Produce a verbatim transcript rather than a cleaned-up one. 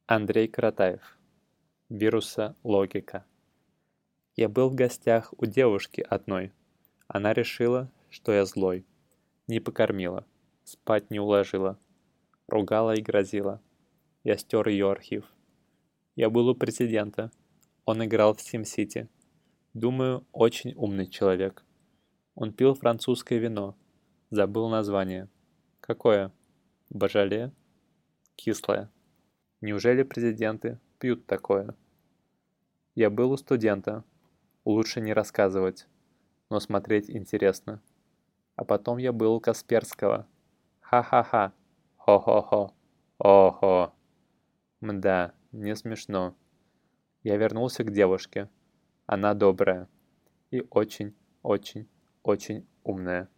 Андрей Каратаев. Вируса логика. Я был в гостях у девушки одной. Она решила, что я злой. Не покормила, спать не уложила. Ругала и грозила. Я стер ее архив. Я был у президента. Он играл в Сим-Сити. Думаю, очень умный человек. Он пил французское вино. Забыл название. Какое? Божоле? Кислое. Неужели президенты пьют такое? Я был у студента. Лучше не рассказывать, но смотреть интересно. А потом я был у Касперского. Ха-ха-ха. Хо-хо-хо. Ого. Мда, не смешно. Я вернулся к девушке. Она добрая. И очень, очень, очень умная.